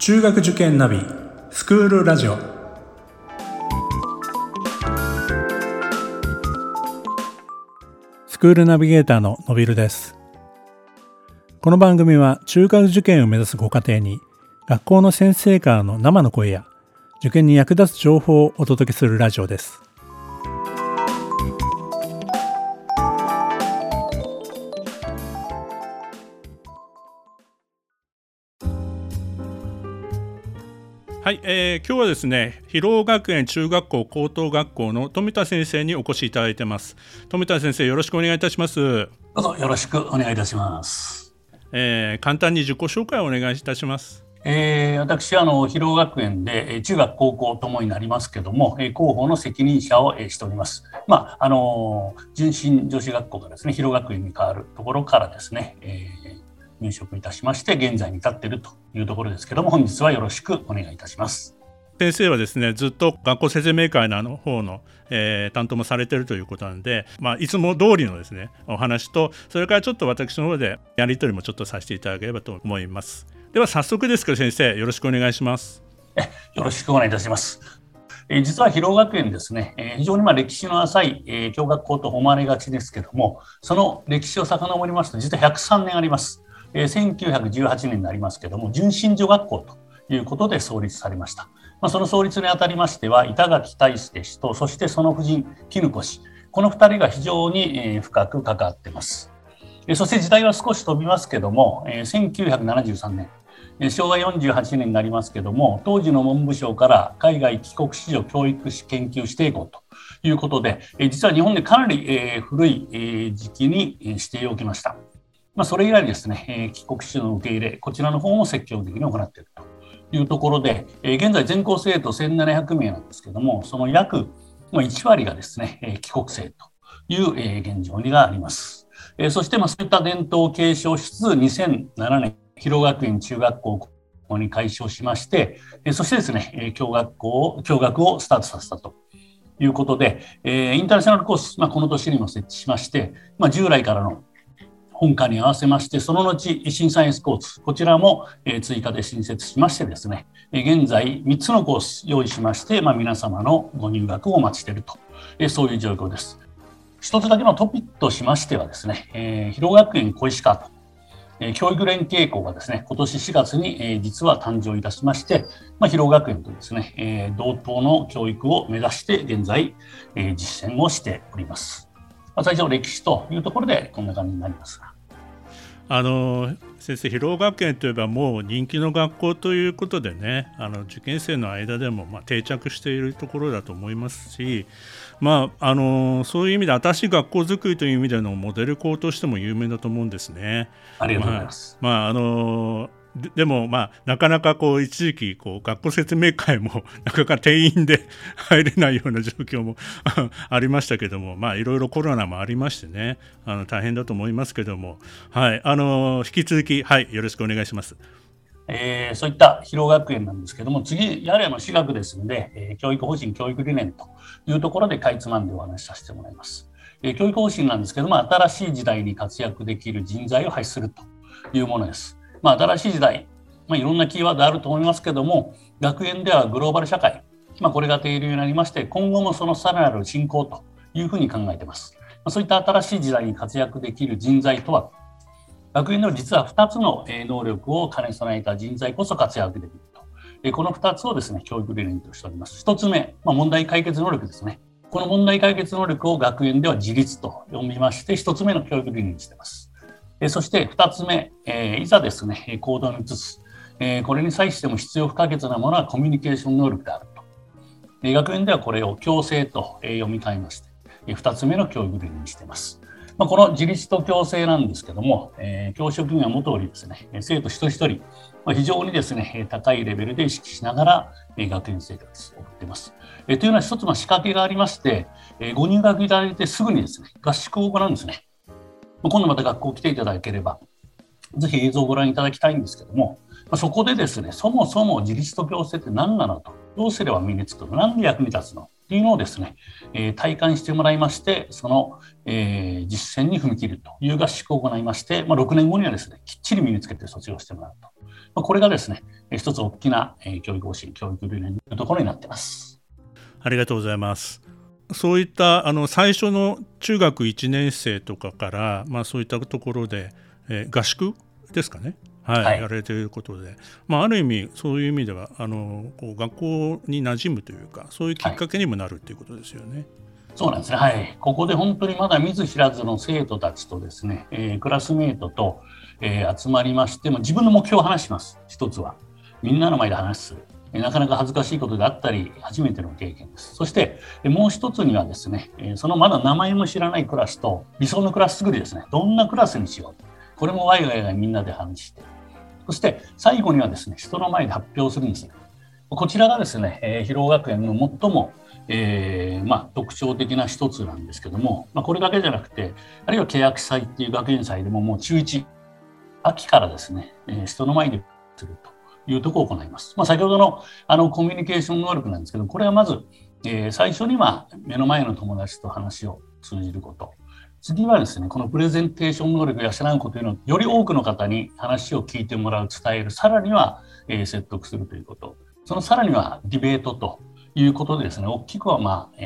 中学受験ナビスクールラジオ。スクールナビゲーターののびるです。この番組は中学受験を目指すご家庭に学校の先生からの生の声や受験に役立つ情報をお届けするラジオです。はい、今日はですね、広尾学園中学校高等学校の富田先生にお越しいただいてます。富田先生、よろしくお願いいたします。 どうぞよろしくお願いいたします。 簡単に自己紹介をお願いいたします。 私広尾学園で中学高校ともになりますけども、広報の責任者をしております。純真女子学校がですね、広尾学園に変わるところからですね、入職いたしまして現在に至っているというところですけども、本日はよろしくお願いいたします。 先生はですね、ずっと学校説明会の方の、担当もされているということなので、いつも通りのですねお話と、それからちょっと私の方でやり取りもちょっとさせていただければと思います。では早速ですけど先生、よろしくお願いします。 よろしくお願いいたします。実は広尾学園ですね、非常に歴史の浅い共学校と思われがちですけども、その歴史を遡りますと実は103年あります。1918年になりますけども、純真女学校ということで創立されました。その創立にあたりましては、板垣退助氏とそしてその夫人絹子氏、この2人が非常に深く関わっています。そして時代は少し飛びますけども、1973年昭和48年になりますけども、当時の文部省から海外帰国子女教育史研究指定校ということで、実は日本でかなり古い時期に指定を受けました。それ以来ですね、帰国子女の受け入れ、こちらの方も積極的に行っているというところで、現在全校生徒1700名なんですけども、その約1割がですね、帰国生という現状があります。そしてそういった伝統を継承しつつ、2007年広尾学園中学校に改称しまして、そしてですね、共学をスタートさせたということで、インターナショナルコース、この年にも設置しまして、従来からの本科に合わせまして、その後新サイエンスコース、こちらも追加で新設しましてですね、現在3つのコース用意しまして、皆様のご入学をお待ちしていると、そういう状況です。一つだけのトピックとしましてはですね、広尾学園小石川と教育連携校がですね、今年4月に実は誕生いたしまして、広尾学園とですね、同等の教育を目指して現在実践をしております。最初歴史というところでこんな感じになりますが、 先生、広尾学園といえばもう人気の学校ということでね、受験生の間でも定着しているところだと思いますし、そういう意味で新しい学校づくりという意味でのモデル校としても有名だと思うんですね。 ありがとうございます。 でもなかなか一時期学校説明会もなかなか定員で入れないような状況もありましたけども、いろいろコロナもありましてね、大変だと思いますけども、引き続き、よろしくお願いします。 そういった広尾学園なんですけども、次やはり私学ですので、教育方針教育理念というところでかいつまんでお話しさせてもらいます。教育方針なんですけども、新しい時代に活躍できる人材を輩出するというものです。新しい時代、いろんなキーワードあると思いますけども、学園ではグローバル社会、これが定流になりまして、今後もそのさらなる進行というふうに考えています。そういった新しい時代に活躍できる人材とは、学園では実は2つの能力を兼ね備えた人材こそ活躍できると。この2つをですね、教育理念としております。1つ目、問題解決能力ですね。この問題解決能力を学園では自立と呼びまして、1つ目の教育理念にしています。そして2つ目、いざですね、行動に移す。これに際しても必要不可欠なものはコミュニケーション能力であると。学園ではこれを共生と読み替えまして、2つ目の教育理念にしています。この自立と共生なんですけども、教職員は元通りですね、生徒一人一人、非常にですね、高いレベルで意識しながら学園生活を送っています。というのは一つの仕掛けがありまして、ご入学いただいてすぐにですね、合宿を行うんですね。今度また学校来ていただければ、ぜひ映像をご覧いただきたいんですけども、そこでですね、そもそも自立と共生って何なのと、どうすれば身につくの、何で役に立つのっていうのをですね、体感してもらいまして、その、実践に踏み切るという合宿を行いまして、6年後にはですね、きっちり身につけて卒業してもらうとこれがですね、一つ大きな教育方針、教育理念というところになっています。 ありがとうございます。そういった最初の中学1年生とかから、そういったところで、合宿ですかね、はい、やられていることで、ある意味そういう意味ではこう学校に馴染むというか、そういうきっかけにもなるということですよね。 そうなんですね、はい、ここで本当にまだ見ず知らずの生徒たちとですね、クラスメートと、集まりまして、自分の目標を話します。一つはみんなの前で話す、なかなか恥ずかしいことであったり初めての経験です。そしてもう一つにはですね、そのまだ名前も知らないクラスと理想のクラス作りですね、どんなクラスにしよう、これもワイワイみんなで話して、そして最後にはですね、人の前で発表するんですね。こちらがですね、広尾学園の最も特徴的な一つなんですけども、これだけじゃなくて、あるいは契約祭っていう学園祭でももう中1秋からですね、人の前でするというところを行います。先ほどのコミュニケーション能力なんですけど、これはまず、最初には目の前の友達と話を通じること、次はですね、このプレゼンテーション能力を養うことというのは、より多くの方に話を聞いてもらう、伝える、さらには、説得するということ、そのさらにはディベートということでですね、大きくは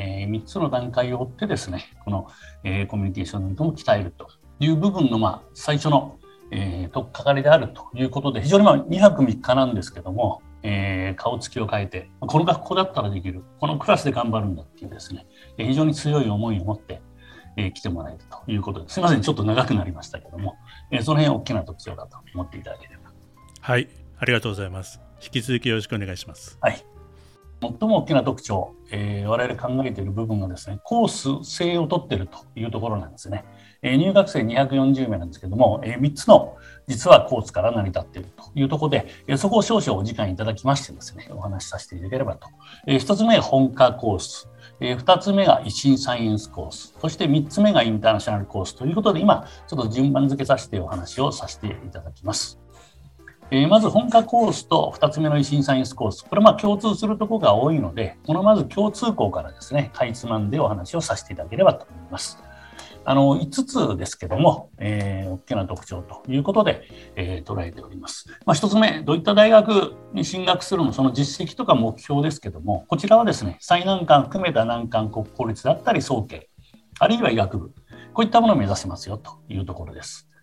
3つの段階を追ってですね、この、コミュニケーション能力も鍛えるという部分の最初の取っかかりであるということで、非常に2泊3日なんですけども、顔つきを変えて、この学校だったらできる、このクラスで頑張るんだっていうですね、非常に強い思いを持って来てもらえるということです。すみません、ちょっと長くなりましたけども、その辺大きな特徴だと思っていただければ。 はい、ありがとうございます。引き続きよろしくお願いします。 はい。最も大きな特徴、我々考えている部分がですね、コース制を取っているというところなんですね。入学生240名なんですけども、3つの実はコースから成り立っているというところで、そこを少々お時間いただきましてですね、お話しさせていただければと。1つ目が本科コース、2つ目が維新サイエンスコース、そして3つ目がインターナショナルコースということで、今ちょっと順番付けさせてお話をさせていただきます。まず本科コースと2つ目の維新サイエンスコース、これは共通するところが多いので、このまず共通項からですね、かいつまんでお話をさせていただければと思います。5つですけども、大きな特徴ということで、捉えております。1つ目、どういった大学に進学するの、その実績とか目標ですけども、こちらはですね、最難関含めた難関国公立だったり早慶、あるいは医学部、こういったものを目指せますよというところです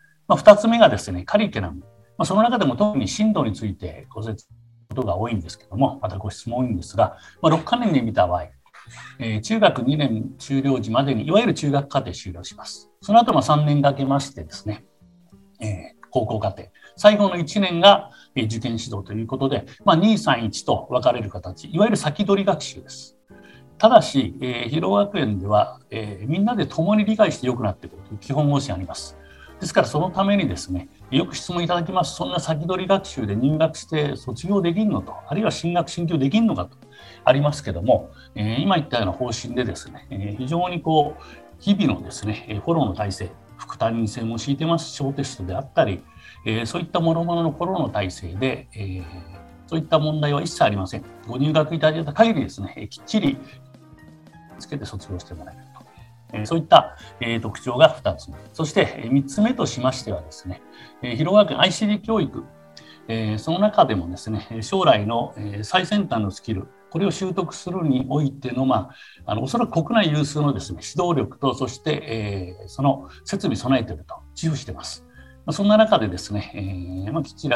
。2つ目がですね、カリキュラム。その中でも特に進路についてご説明することが多いんですけども、またご質問多いんですが、6カ年で見た場合、中学2年修了時までにいわゆる中学課程修了します。その後3年かけましてですね、高校課程、最後の1年が受験指導ということで、2、3、1と分かれる形、いわゆる先取り学習です。ただし、広尾学園では、みんなで共に理解して良くなっていくという基本方針あります。ですからそのためにですね、よく質問いただきます。そんな先取り学習で入学して卒業できるのと、あるいは進学進級できるのかとありますけども、今言ったような方針でですね、非常に日々のですね、フォローの体制、副担任制も敷いてます。小テストであったり、そういった諸々のフォローの体制で、そういった問題は一切ありません。ご入学いただいた限りですね、きっちりつけて卒業してもらえる。そういった、特徴が2つ目。そして3つ目としましてはですね、広尾学園 ICT 教育、その中でもですね、将来の、最先端のスキル、これを習得するにおいての、おそらく国内有数のですね、指導力と、そして、その設備備えていると自負しています。そんな中でですね、きっちり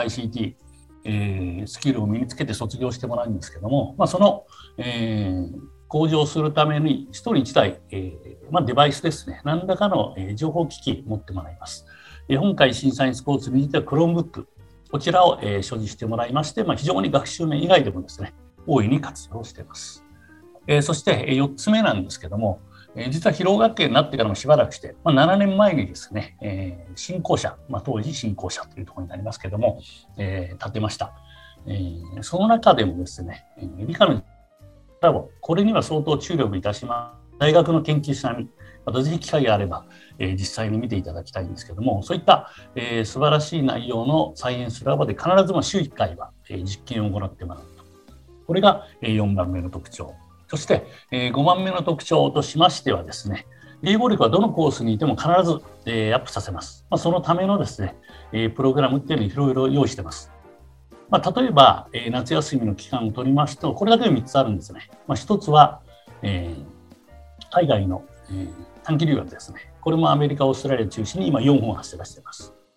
ICT、スキルを身につけて卒業してもらうんですけども、その、向上するために1人1台、デバイスですね、何らかの情報機器を持ってもらいます。今回審査員スポーツについては Chromebook、こちらを所持してもらいまして、非常に学習面以外でもですね、大いに活用しています。そして4つ目なんですけども、実は広尾学園になってからもしばらくして、7年前にですね、新校舎、当時新校舎というところになりますけども、建てました。その中でもですね、理科のラボ、これには相当注力いたします。大学の研究者並み、またぜひ機会があれば、実際に見ていただきたいんですけども、そういった、素晴らしい内容のサイエンスラボで必ず週1回は、実験を行ってもらうと。これが、4番目の特徴。そして、5番目の特徴としましてはですね、英語力はどのコースにいても必ず、アップさせます。そのためのですね、プログラムっていうのをいろいろ用意してます。 例えば、夏休みの期間を取りますと、これだけで3つあるんですね。1つは、海外の、短期留学ですね。これもアメリカ、オーストラリアを中心に今4本走らせています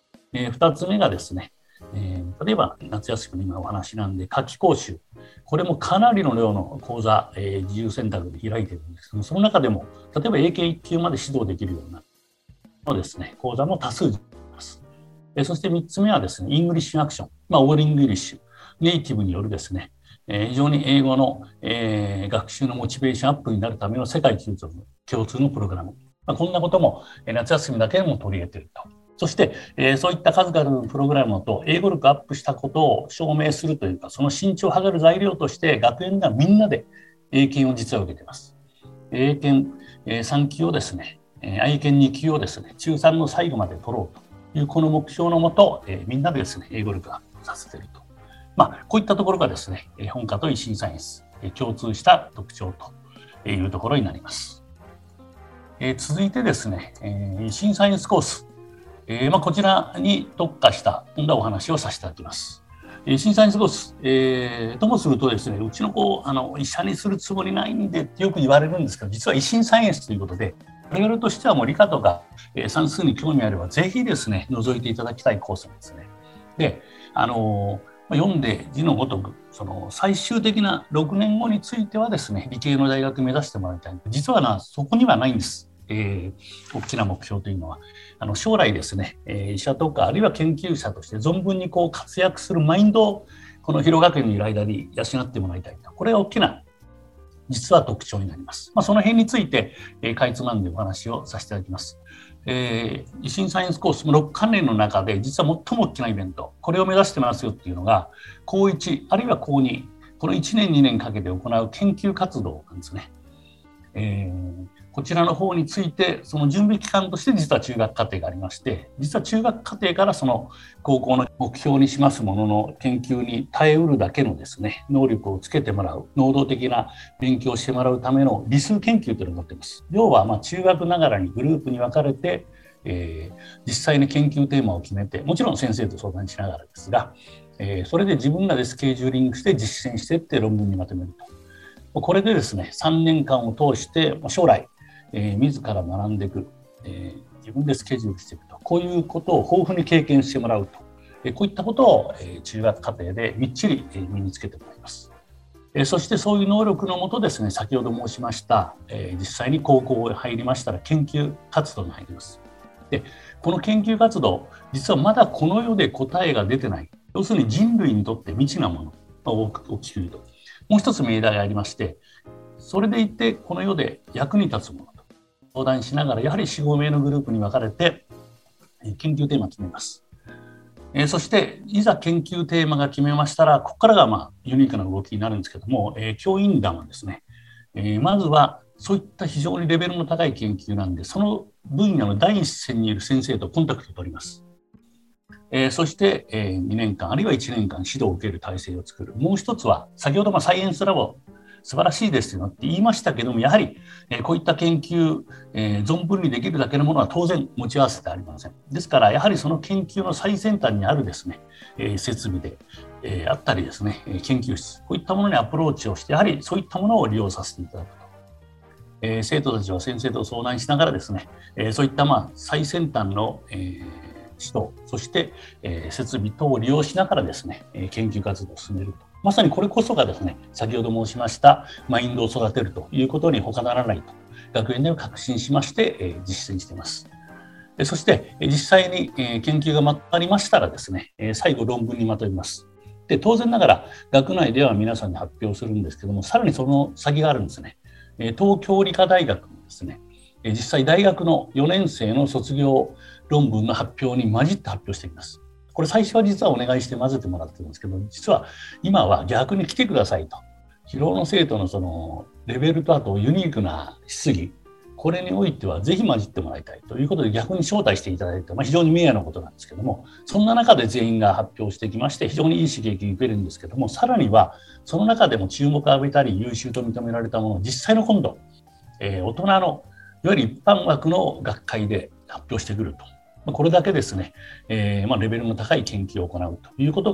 。2つ目がですね、例えば夏休みの今お話なんで夏期講習、これもかなりの量の講座、自由選択で開いているんですけども、その中でも例えば英検1級まで指導できるようなのですね、講座も多数あります。そして3つ目はですね、イングリッシュアクション、オールイングリッシュ、ネイティブによるですね、非常に英語の、学習のモチベーションアップになるための世界共通のプログラム、こんなことも夏休みだけでも取り入れていると。そして、そういった数々のプログラムと英語力アップしたことを証明するというか、その身長を測る材料として学園ではみんなで英検を実は受けています。英検、3級をですね、愛検2級をですね、中3の最後まで取ろうというこの目標のもと、みんなでですね、英語力アップさせていると。こういったところがですね、本科と維新サイエンス、共通した特徴というところになります。続いてですね、維新サイエンスコース、こちらに特化したお話をさせていただきます。維新サイエンスコース、ともするとですね、うちの子医者にするつもりないんでってよく言われるんですけど、実は維新サイエンスということで、我々としてはもう理科とか算数に興味あればぜひですね覗いていただきたいコースなんですね。で、読んで字のごとくその最終的な6年後についてはですね理系の大学目指してもらいたい。実はそこにはないんです。大きな目標というのは将来ですね、医者とかあるいは研究者として存分にこう活躍するマインドをこの広学園にいる間に養ってもらいたいと。これが大きな実は特徴になります。その辺について、かいつまんでお話をさせていただきます。維新サイエンスコース6関連の中で実は最も大きなイベント、これを目指してますよっていうのが高1あるいは高2、この1年2年かけて行う研究活動なんですね。こちらの方についてその準備期間として実は中学課程がありまして、実は中学課程からその高校の目標にしますものの研究に耐えうるだけのですね能力をつけてもらう、能動的な勉強をしてもらうための理数研究というのを持っています。要は中学ながらにグループに分かれて、実際に研究テーマを決めて、もちろん先生と相談しながらですが、それで自分らでスケジューリングして実践していって論文にまとめると。これでですね3年間を通して将来自ら学んでいく、自分でスケジュールしていくと、こういうことを豊富に経験してもらうと、こういったことを中学課程でみっちり身につけてもらいます。そしてそういう能力のもとですね、先ほど申しました、実際に高校へ入りましたら研究活動に入ります。で、この研究活動、実はまだこの世で答えが出てない、要するに人類にとって未知なもの、大きく言うともう一つ命題がありまして、それでいてこの世で役に立つものと相談しながら、やはり 4,5 名のグループに分かれて研究テーマを決めます。そしていざ研究テーマが決めましたら、ここからがユニークな動きになるんですけども、教員団はですね、まずはそういった非常にレベルの高い研究なんで、その分野の第一線にいる先生とコンタクトを取ります。そして、2年間あるいは1年間指導を受ける体制を作る。もう一つは先ほどサイエンスラボ素晴らしいですよって言いましたけども、やはりこういった研究、存分にできるだけのものは当然持ち合わせてありません。ですからやはりその研究の最先端にあるですね、設備で、あったりですね、研究室、こういったものにアプローチをして、やはりそういったものを利用させていただくと。生徒たちは先生と相談しながらですね、そういった最先端の、指導、そして、設備等を利用しながらですね、研究活動を進めると。まさにこれこそがですね、先ほど申しましたマインドを育てるということに他ならないと学園では確信しまして、実践しています。そして実際に研究がまとまりましたらですね、最後論文にまとめます。で、当然ながら学内では皆さんに発表するんですけども、さらにその先があるんですね。東京理科大学のですね、実際大学の4年生の卒業論文の発表に混じって発表していきます。これ最初は実はお願いして混ぜてもらってるんですけど、実は今は逆に来てくださいと。疲労の生徒のそのレベルとあとユニークな質疑、これにおいてはぜひ混じってもらいたいということで逆に招待していただいて、非常に名誉なことなんですけども、そんな中で全員が発表してきまして非常にいい刺激を受けるんですけども、さらにはその中でも注目を浴びたり優秀と認められたものを実際の今度、大人のいわゆる一般枠の学会で発表してくると。これだけですね、レベルの高い研究を行うということが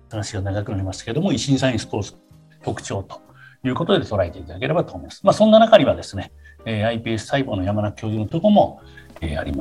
話が長くなりましたけども、維新サイエンスコース特徴ということで捉えていただければと思います。そんな中にはですね、iPS 細胞の山中教授のところも、あります。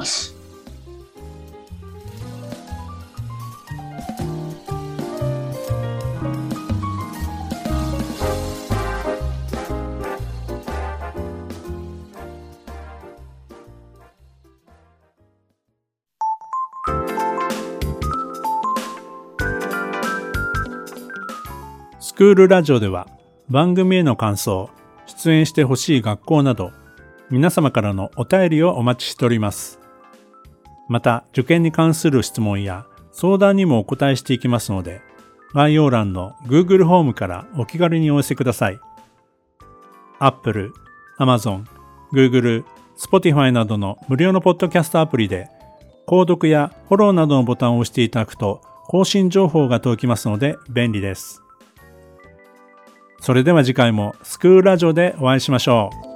スクールラジオでは番組への感想、出演してほしい学校など皆様からのお便りをお待ちしております。また受験に関する質問や相談にもお答えしていきますので、概要欄の Google ホームからお気軽にお寄せください。Apple、Amazon、Google、Spotify などの無料のポッドキャストアプリで購読やフォローなどのボタンを押していただくと更新情報が届きますので便利です。それでは次回もスクールラジオでお会いしましょう。